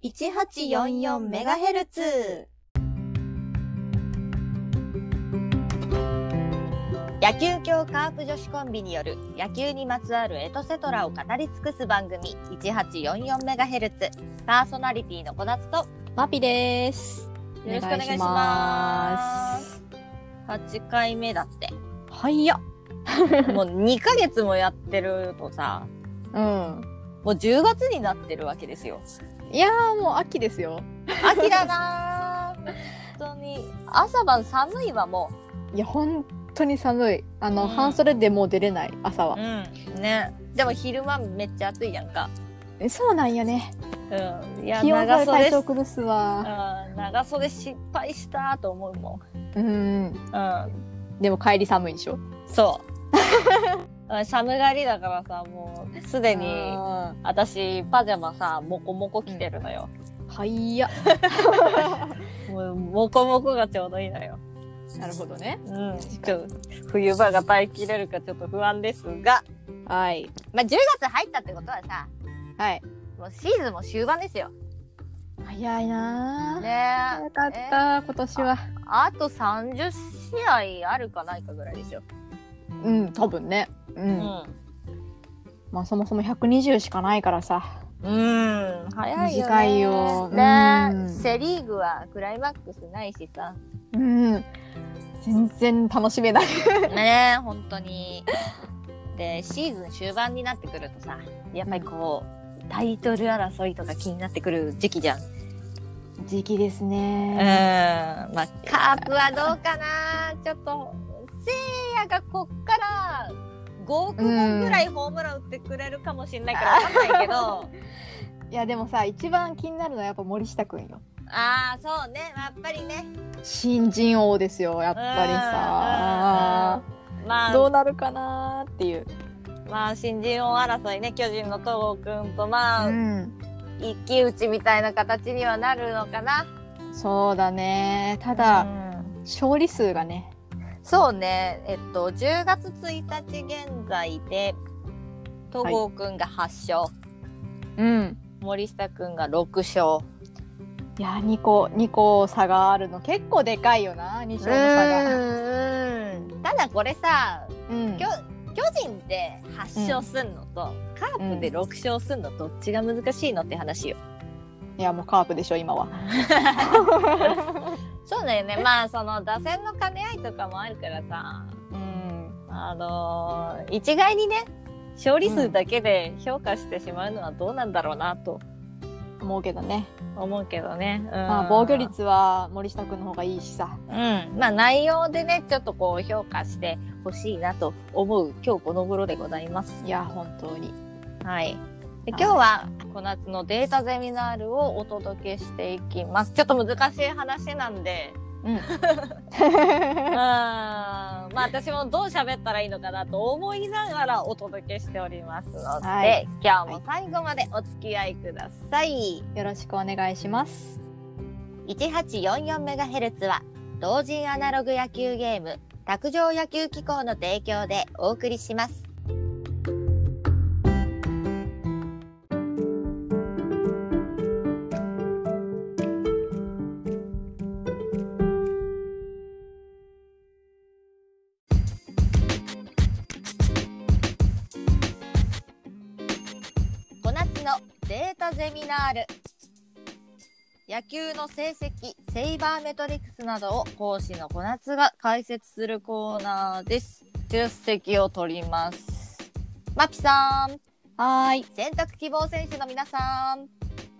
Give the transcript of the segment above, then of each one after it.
1844MHz。野球協カープ女子コンビによる野球にまつわるエトセトラを語り尽くす番組 1844MHz。 パーソナリティの小夏とマピです。 よろしくお願いします。8回目だって。 はいやもう2ヶ月もやってるとさ、もう10月になってるわけですよ。 いやーもう秋ですよ。 秋だな本当に朝晩寒いわ。もういや本当に寒い。半袖でもう出れない朝は。 ね。でも昼間めっちゃ暑いやんか。 そうなんよね。 いや気温差で体調崩すわ。 長袖失敗したと思うもん。でも帰り寒いでしょ。 そう寒がりだからさ、もうすでに私パジャマさモコモコ着てるのよ。 はいやもうモコモコがちょうどいいのよ。 なるほどね。 ちょっと冬場が耐えきれるかちょっと不安ですが、 はい。 まあ10月入ったってことはさ、 はい。 もうシーズンも終盤ですよ。 早いなね。 早かった今年は。 あと30試合あるかないかぐらいでしょ。 多分ね。まあそもそも120しかないからさ。 早いよね。 短いよ。 セリーグはクライマックスないしさ。 全然楽しめないね、本当に。でシーズン終盤になってくるとさ、やっぱりこう、タイトル争いとか気になってくる時期じゃん。 時期ですね。 まあカープはどうかな。ちょっとせいやがこっから5億本ぐらいホームラン打ってくれるかもしれないから分かんないけどいやでもさ、一番気になるのはやっぱ森下くんよ。 そうね、やっぱりね、 新人王ですよ、やっぱりさ。まあどうなるかなっていう。 まあ新人王争いね、巨人の戸郷くんとまあ、一騎打ちみたいな形にはなるのかな。 そうだね。ただ、勝利数がね。 そうね、10月1日現在で戸郷くんが8勝、森下くんが6勝。 いや2個差があるの結構でかいよな、2勝の差が。 ただこれさ、巨人で8勝すんのと、カープで6勝すんの、どっちが難しいのって話よ。 いやもうカープでしょ今は。 そうだよね。まあその打線の兼ね合いとかもあるからさ、一概にね勝利数だけで評価してしまうのはどうなんだろうなと思うけどね。 まあ防御率は森下くんの方がいいしさ。 まあ内容でねちょっとこう評価してほしいなと思う今日この頃でございます。 いや本当に。 はい。で今日は小夏のデータゼミナールをお届けしていきます。ちょっと難しい話なんで、まあ私もどう喋ったらいいのかなと思いながらお届けしておりますので、今日も最後までお付き合いください。 よろしくお願いします。 1844MHz は同人アナログ野球ゲーム卓上野球機構の提供でお送りします。小夏のデータゼミナール。野球の成績、セイバーメトリクスなどを講師の小夏が解説するコーナーです。出席を取ります。マピさん。 はーい。 選択希望選手の皆さん。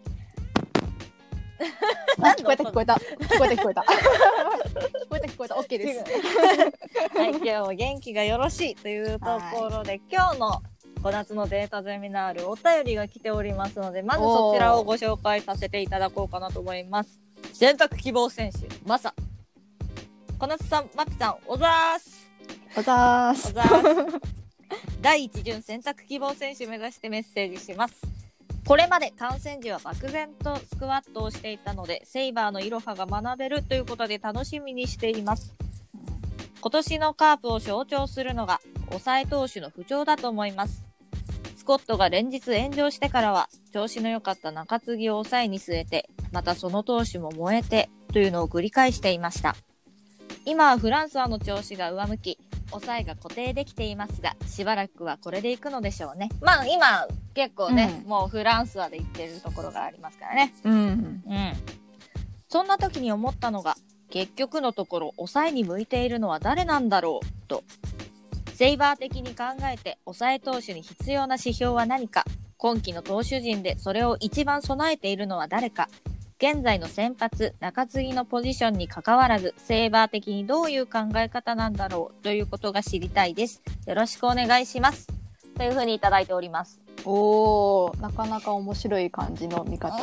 聞こえた。聞こえた。OK です。 はい、今日も元気がよろしいというところで、今日の小夏のデータゼミナールお便りが来ておりますので、まずそちらをご紹介させていただこうかなと思います。選択希望選手マサ、小夏さん、マピさん、おざーす。第一巡選択希望選手目指してメッセージします。これまで観戦時は漠然とスクワットをしていたので、セイバーのイロハが学べるということで楽しみにしています。今年のカープを象徴するのが抑え投手の不調だと思います。 スコットが連日炎上してからは調子の良かった中継ぎを抑えに据えて、またその投手も燃えてというのを繰り返していました。今はフランスはの調子が上向き、抑えが固定できていますが、しばらくはこれでいくのでしょうね。まあ今結構ね、もうフランスはで言ってるところがありますからね。そんな時に思ったのが、結局のところ抑えに向いているのは誰なんだろうと。セイバー的に考えて抑え投手に必要な指標は何か、今季の投手陣でそれを一番備えているのは誰か、現在の先発中継ぎのポジションに関わらずセイバー的にどういう考え方なんだろうということが知りたいです。よろしくお願いしますというふうにいただいております。 おー、なかなか面白い感じの見方。 そう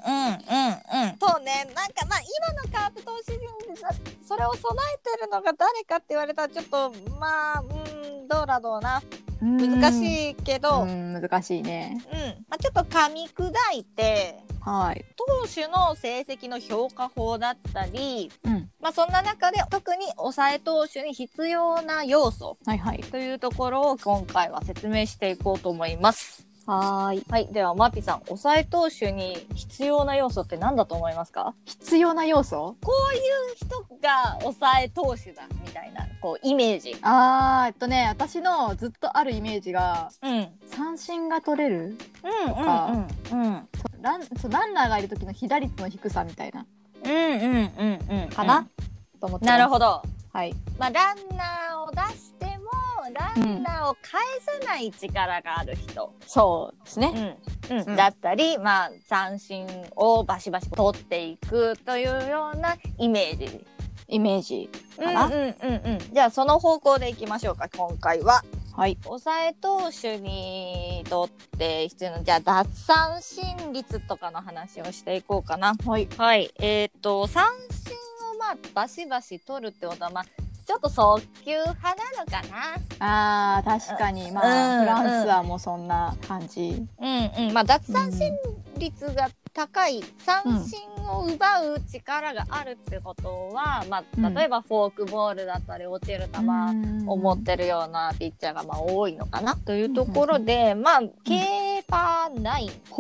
ね、なんかまあ今のカープ投手陣でそれを備えてるのが誰かって言われたらちょっとまあどうだろうな、難しいけど、 難しいね。 まあ、ちょっと噛み砕いて、 はい、 投手の成績の評価法だったり、まあ、そんな中で特に抑え投手に必要な要素というところを今回は説明していこうと思います。はい、ではマーピーさん、抑え投手に必要な要素って何だと思いますか？ 必要な要素？ こういう人が抑え投手だみたいなこうイメージ。 私のずっとあるイメージが、三振が取れるとか、ランナーがいる時の被打率の低さみたいなかな、と思ってます。 なるほど。 はい。 まあランナーを出してもランナーを返さない力がある人、 そうですね、 だったり、まあ三振をバシバシ取っていくというようなイメージかな。じゃあその方向でいきましょうか、今回は。はい。抑え投手にとって必要な、じゃあ奪三振率とかの話をしていこうかな。はい。三振をまあバシバシ取るってことは、まあちょっと速球派なのかな。 確かに、まあ、フランスはもうそんな感じ。 まあ奪三振率が高い、三振を奪う力があるってことは、まあ例えばフォークボールだったり落ちる球を持ってるようなピッチャーがまあ多いのかなというところで、まあケーパー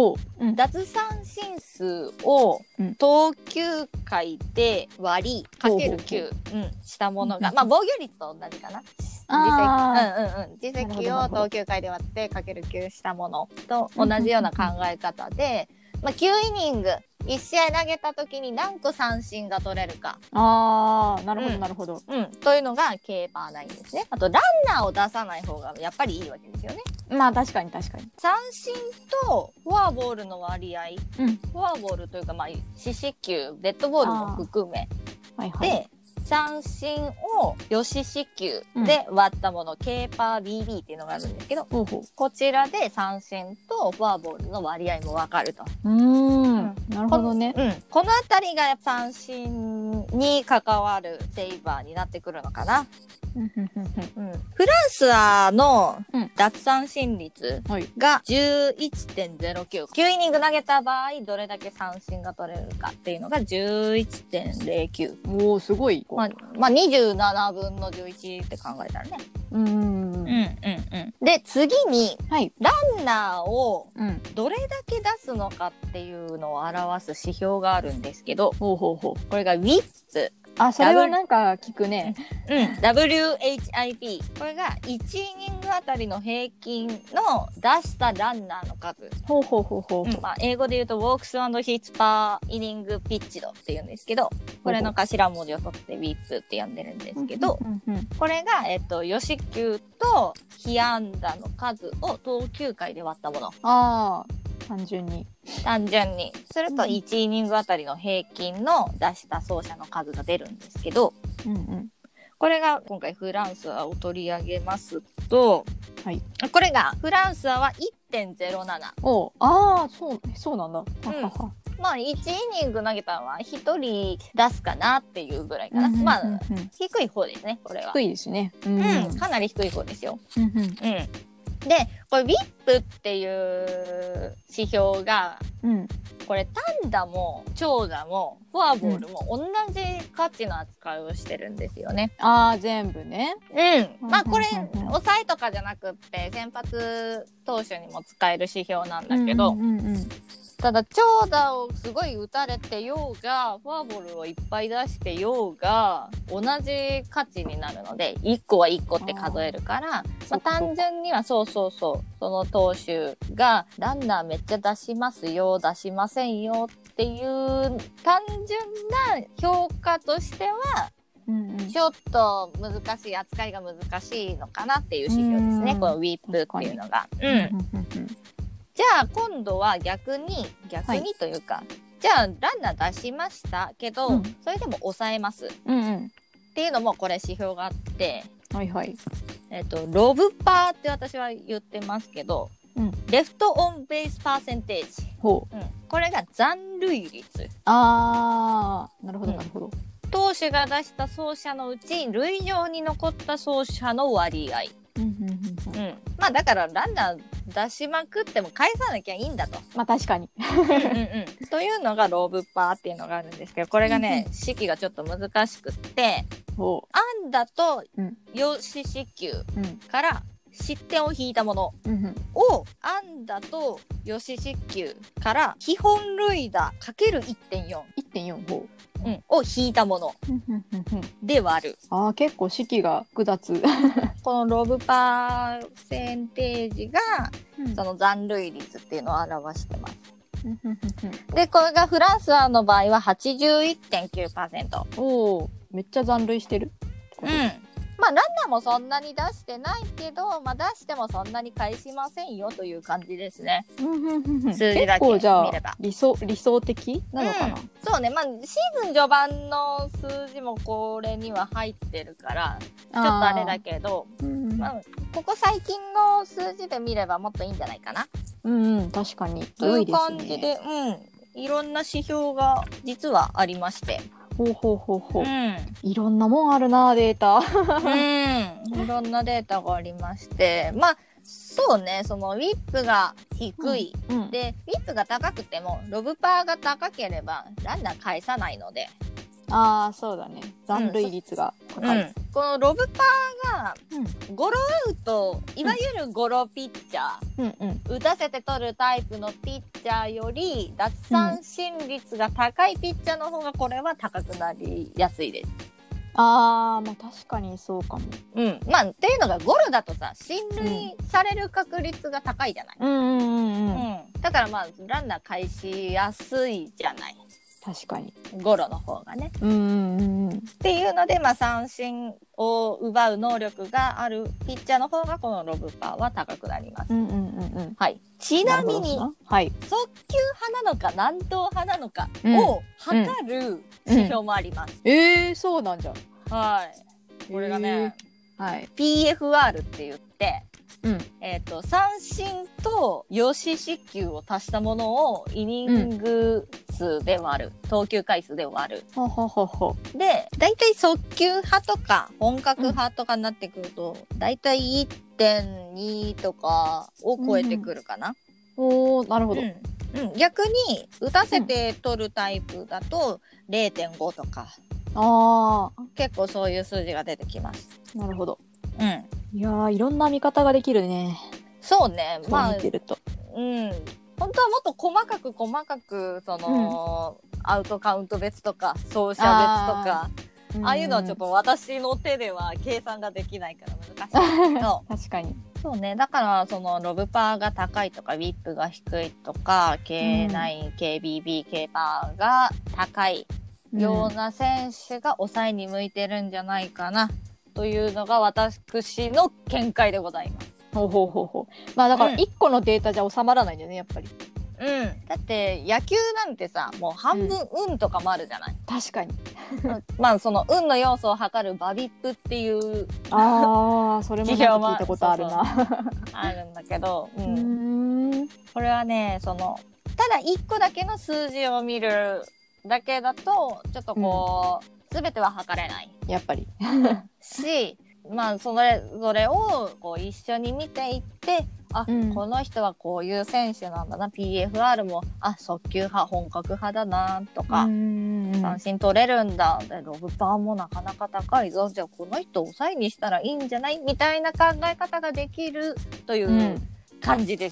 9、奪三振数を投球回で割りかける9、したものが、まあ防御率と同じかな。実績を投球回で割ってかける9したものと同じような考え方で、まあ、9イニング1試合投げた時に何個三振が取れるか。 なるほどなるほど。 というのがケーパー9ですね。あとランナーを出さない方がやっぱりいいわけですよね。 まあ確かに。 三振とフォアボールの割合、フォアボールというかまあ四死球、デッドボールも含めで、三振をよし四球で割ったもの、ケーパー BB っていうのがあるんですけど、こちらで三振とフォアボールの割合も分かると。なるほどね。このあたりが三振に関わるセイバーになってくるのかな。フランスはの奪三振率が 11.09、9イニング投げた場合どれだけ三振が取れるかっていうのが 11.09。 おー、すごい。 まあ27分の11って考えたらね。で次に、ランナーをどれだけ出すのかっていうのを表す指標があるんですけど、これが WHIP。 それはなんか聞くね。 WHIP。これが1イニングあたりの平均の出したランナーの数。まあ英語で言うと Walks and Hits per Inning Pitched って言うんですけど、これの頭文字を取って WHIP って呼んでるんですけど、これがよし球と被安打の数を投球回で割ったもの。単純にすると1イニングあたりの平均の出した走者の数が出るんですけど、これが今回フランスアを取り上げますと、これがフランスアは 1.07。 そうなんだ。 まあ1イニング投げたのは1人出すかなっていうぐらいかな。まあ低い方ですね、これは。 低いですね。 かなり低い方ですよ。 でこれ VIP っていう指標が、これ単打も長打もフォアボールも同じ価値の扱いをしてるんですよね。 全部ね。 まあこれ抑えとかじゃなくって先発投手にも使える指標なんだけど、ただ長打をすごい打たれてようがフォアボールをいっぱい出してようが同じ価値になるので1個は1個って数えるから、単純にはその投手がランナーめっちゃ出しますよ出しませんよっていう単純な評価としては、ちょっと難しい扱いが難しいのかなっていう指標ですね、この WHIP っていうのが。じゃあ今度は逆にというか、じゃあランナー出しましたけど、それでも抑えます、っていうのもこれ指標があって、ロブパーって私は言ってますけど、レフトオンベースパーセンテージ、これが残塁率。 なるほどなるほど。 投手が出した走者のうち塁上に残った走者の割合。まあだからランナー出しまくっても返さなきゃいいんだと。 確かに。 というのがローブパーっていうのがあるんですけど、これがね式がちょっと難しくって、安打とよし四球から失点を引いたものを安打とよし四球から基本塁打 ×1.4 を引いたもので割る。 結構式が複雑。 このロブパーセンテージが、その残塁率っていうのを表してます。でこれがフランスの場合は 81.9%。 めっちゃ残塁してる。 まあランナーもそんなに出してないけど、出してもそんなに返しませんよという感じですね。数字だけ見れば。結構じゃあ理想的なのかな。 そうね、シーズン序盤の数字もこれには入ってるからちょっとあれだけど、ここ最近の数字で見ればもっといいんじゃないかな。 確かに。 という感じで、いろんな指標が実はありまして。 いろんなもんあるな、データ。 いろんなデータがありまして、そうね、そのウィップが低い、でウィップが高くてもロブパーが高ければランナー返さないので。 そうだね、残塁率が高い。 このロブパーがゴロアウト、いわゆるゴロピッチャー、打たせて取るタイプのピッチャーより奪三振率が高いピッチャーの方がこれは高くなりやすいです。 確かにそうかも。 っていうのがゴロだとさ、進塁される確率が高いじゃない。だからランナー返しやすいじゃない。 確かにゴロの方がね。っていうので、三振を奪う能力があるピッチャーの方がこのロブパーは高くなります。ちなみに、速球派なのか軟投派なのかを測る指標もあります。 そうなんじゃん。 これがね、PFR って言って、三振とよし四球を足したものをイニング数で割る、投球回数で割る。でだいたい速球派とか本格派とかになってくると、だいたい 1.2 とかを超えてくるかな。 なるほど。 逆に打たせて取るタイプだと 0.5 とか、結構そういう数字が出てきます。 なるほど。いやいろんな見方ができるね。 そうね。 見てると。 本当はもっと細かくその、アウトカウント別とか走者別とか、ああいうのはちょっと私の手では計算ができないから難しいんだけど。 確かに。 そうね。だからそのロブパーが高いとかウィップが低いとか K9、KBB、K パーが高いような選手が抑えに向いてるんじゃないかな。というのが私の見解でございます。 だから1個のデータじゃ収まらないんだよね、やっぱり。 だって野球なんてさ、もう半分運とかもあるじゃない。 確かに。 その運の要素を測るバビップっていうそれも聞いたことあるな。 あるんだけど、これはね、そのただ1個だけの数字を見るだけだとちょっとこう、全ては測れない。 やっぱり。 し、 まあそれぞれをこう一緒に見ていって、この人はこういう選手なんだな、 PFR も速球派本格派だなとか、三振取れるんだ、でロブパーもなかなか高いぞ、じゃあこの人抑えにしたらいいんじゃないみたいな考え方ができるという感じです、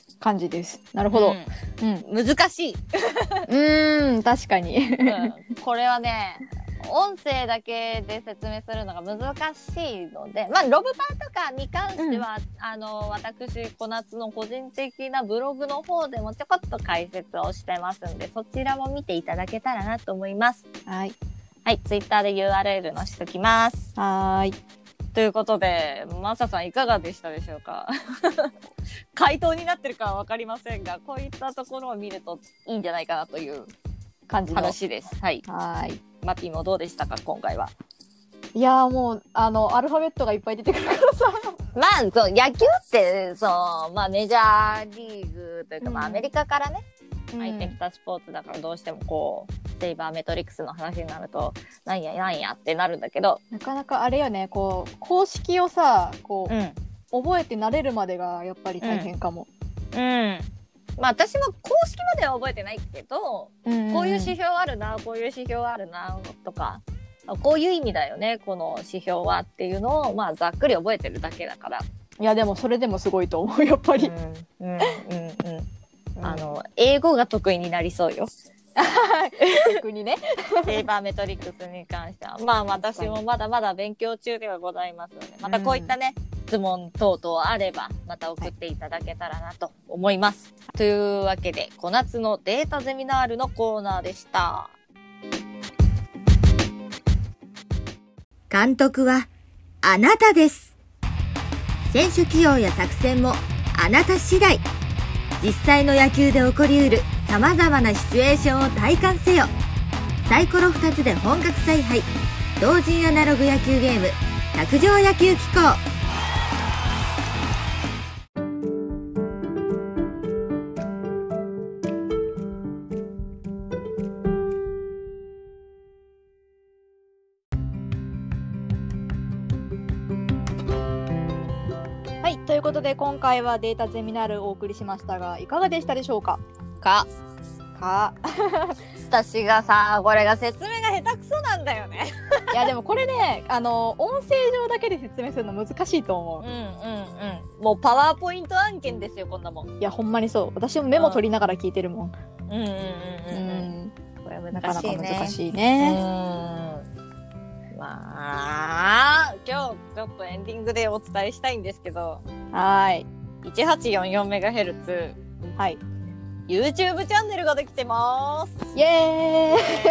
感じです。なるほど、 難しい確かに、 これはね音声だけで説明するのが難しいので、まあロブパーとかに関しては、私小夏の個人的なブログの方でもちょこっと解説をしてますんで、そちらも見ていただけたらなと思います。はい、ツイッターで URL 載せておきます。ということで、マサさんいかがでしたでしょうか回答になってるかは分かりませんが、こういったところを見るといいんじゃないかなという感じの話です。マティもどうでしたか今回は。 いやもうアルファベットがいっぱい出てくるからさ野球ってメジャーリーグというか、アメリカからね入ってきたスポーツだから、どうしてもこうセイバーメトリックスの話になるとなんやってなるんだけど、 なかなかあれよね、こう公式をさ覚えて慣れるまでがやっぱり大変かも。 私も公式までは覚えてないけど、こういう指標あるな、こういう指標あるなとか、こういう意味だよねこの指標はっていうのをざっくり覚えてるだけだから。 いやでもそれでもすごいと思うやっぱり。 英語が得意になりそうよ逆にねセイバーメトリックスに関しては私もまだまだ勉強中ではございますので、またこういったね、質問等々あればまた送っていただけたらなと思います。というわけで、小夏のデータゼミナールのコーナーでした。 監督はあなたです。選手起用や作戦もあなた次第。実際の野球で起こりうる様々なシチュエーションを体感せよ。サイコロ2つで本格采配、同人アナログ野球ゲーム卓上野球機構。 ということで今回はデータゼミナールをお送りしましたが、いかがでしたでしょうか。 私がさ、これが説明が下手くそなんだよねいやでもこれね、音声上だけで説明するの難しいと思う。もうパワーポイント案件ですよこんなもん。 いやほんまにそう、私もメモ取りながら聞いてるもん。 これ難しいね。 なかなか難しいね。 今日ちょっとエンディングでお伝えしたいんですけど、1844MHz、YouTube チャンネルができてます。 イエ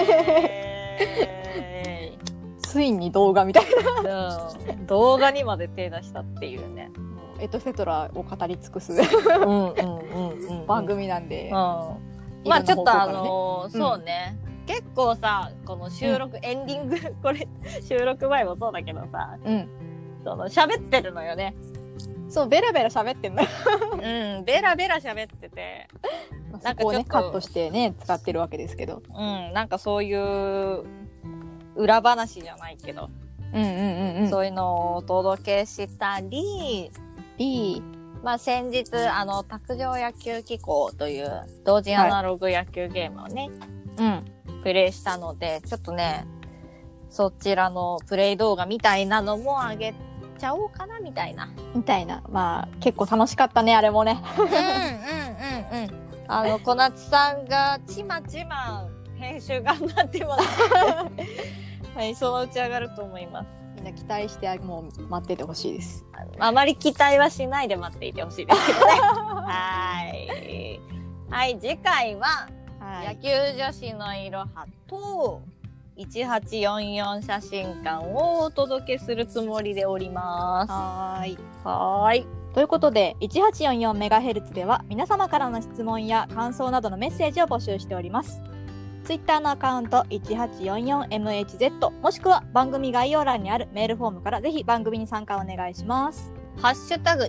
ーイついに動画みたいな動画にまで手出したっていうね、 エトセトラを語り尽くす番組なんで、ちょっとそうね、結構さこの収録、エンディングこれ収録前もそうだけどさ、喋ってるのよね。 そうベラベラ喋ってんのベラベラ喋ってて、 なんかちょっとそこをねカットしてね使ってるわけですけど、 なんかそういう裏話じゃないけど、そういうのをお届けしたり、先日卓上野球機構という同人アナログ野球ゲームをね、プレイしたので、ちょっとねそちらのプレイ動画みたいなのも上げちゃおうかなみたいな。 結構楽しかったねあれもね。 小夏さんがちまちま編集頑張ってますそのうち上がると思います。 みんな期待してもう待っててほしいです。 あまり期待はしないで待っていてほしいですけどね次回は野球女子のいろはと1844写真館をお届けするつもりでおります。 ということで 1844MHz では皆様からの質問や感想などのメッセージを募集しております。ツイッターのアカウント 1844MHz もしくは番組概要欄にあるメールフォームからぜひ番組に参加お願いします。 ハッシュタグ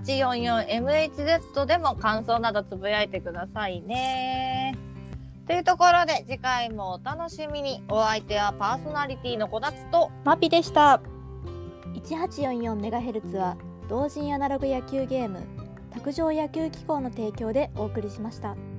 1844MHz でも感想などつぶやいてくださいね。というところで次回もお楽しみに。お相手はパーソナリティのこなつとマピでした。 1844MHz は同人アナログ野球ゲーム卓上野球機構の提供でお送りしました。